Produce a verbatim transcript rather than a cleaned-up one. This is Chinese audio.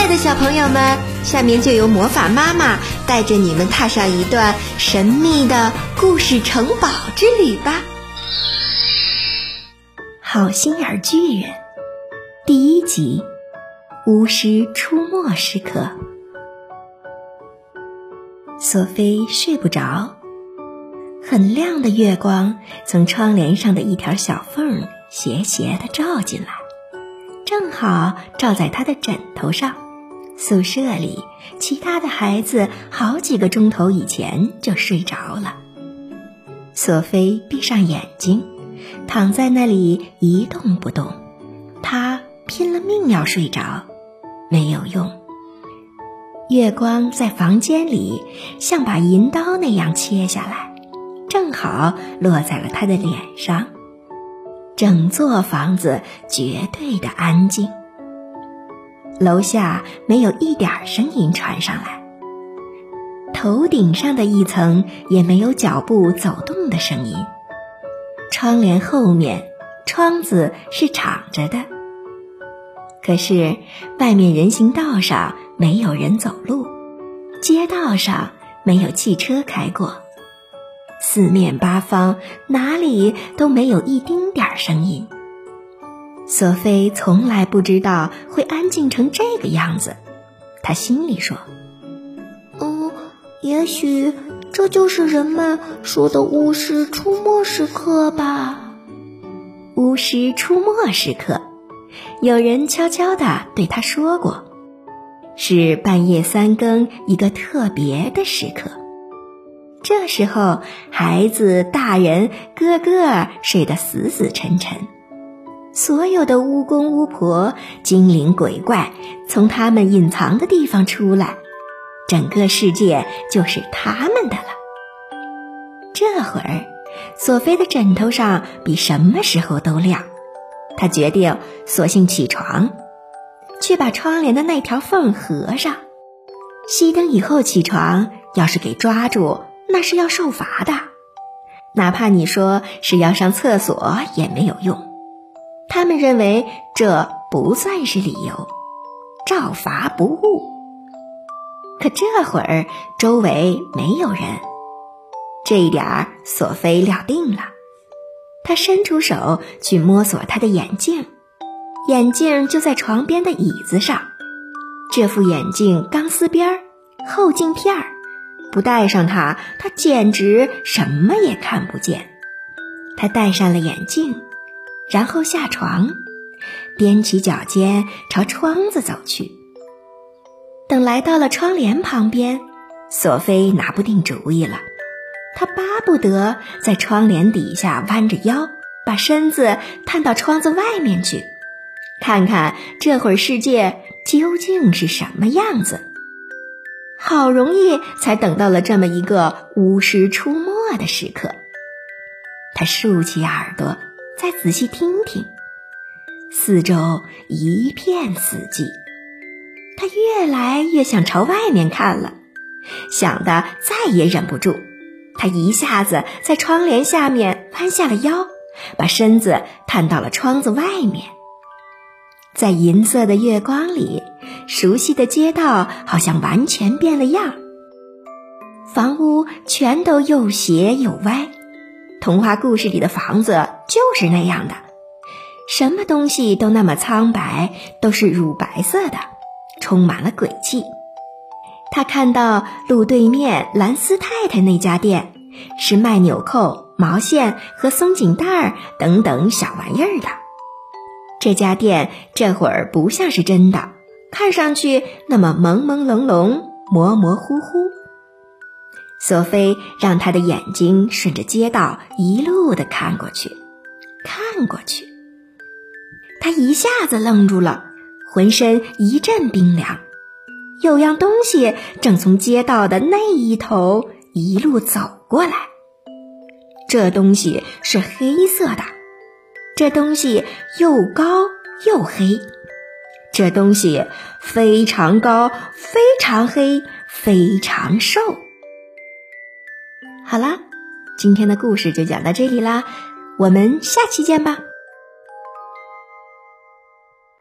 的小朋友们，下面就由魔法妈妈带着你们踏上一段神秘的故事城堡之旅吧。好心眼巨人第一集，巫师出没时刻。索菲睡不着，很亮的月光从窗帘上的一条小缝斜斜地照进来，正好照在她的枕头上。宿舍里其他的孩子好几个钟头以前就睡着了。索菲闭上眼睛，躺在那里一动不动。她拼了命要睡着，没有用。月光在房间里像把银刀那样切下来，正好落在了她的脸上。整座房子绝对的安静，楼下没有一点声音传上来，头顶上的一层也没有脚步走动的声音。窗帘后面，窗子是敞着的，可是外面人行道上没有人走路，街道上没有汽车开过，四面八方哪里都没有一丁点声音。索菲从来不知道会安静成这个样子，她心里说， 嗯，也许这就是人们说的巫师出没时刻吧。 巫师出没时刻，有人悄悄地对她说过，是半夜三更一个特别的时刻。这时候孩子大人个个睡得死死沉沉，所有的巫公巫婆精灵鬼怪从他们隐藏的地方出来，整个世界就是他们的了。这会儿索菲的枕头上比什么时候都亮，她决定索性起床，去把窗帘的那条缝合上。熄灯以后起床，要是给抓住，那是要受罚的，哪怕你说是要上厕所也没有用，他们认为这不算是理由，照罚不误。可这会儿周围没有人，这一点索菲料定了。她伸出手去摸索她的眼镜，眼镜就在床边的椅子上。这副眼镜钢丝边，厚镜片，不戴上它，她简直什么也看不见。她戴上了眼镜，然后下床，踮起脚尖朝窗子走去。等来到了窗帘旁边，索菲拿不定主意了。她巴不得在窗帘底下弯着腰，把身子探到窗子外面去，看看这会儿世界究竟是什么样子。好容易才等到了这么一个巫师出没的时刻。她竖起耳朵再仔细听听，四周一片死寂。他越来越想朝外面看了，想得再也忍不住，他一下子在窗帘下面弯下了腰，把身子探到了窗子外面。在银色的月光里，熟悉的街道好像完全变了样，房屋全都又斜又歪，童话故事里的房子就是那样的，什么东西都那么苍白，都是乳白色的，充满了诡气。他看到路对面蓝丝太太那家店，是卖纽扣、毛线和松紧带等等小玩意儿的。这家店这会儿不像是真的，看上去那么朦朦胧胧、模模糊糊。索菲让她的眼睛顺着街道一路地看过去，看过去。她一下子愣住了，浑身一阵冰凉。有样东西正从街道的那一头一路走过来，这东西是黑色的，这东西又高又黑，这东西非常高，非常黑，非常瘦。好啦，今天的故事就讲到这里啦，我们下期见吧。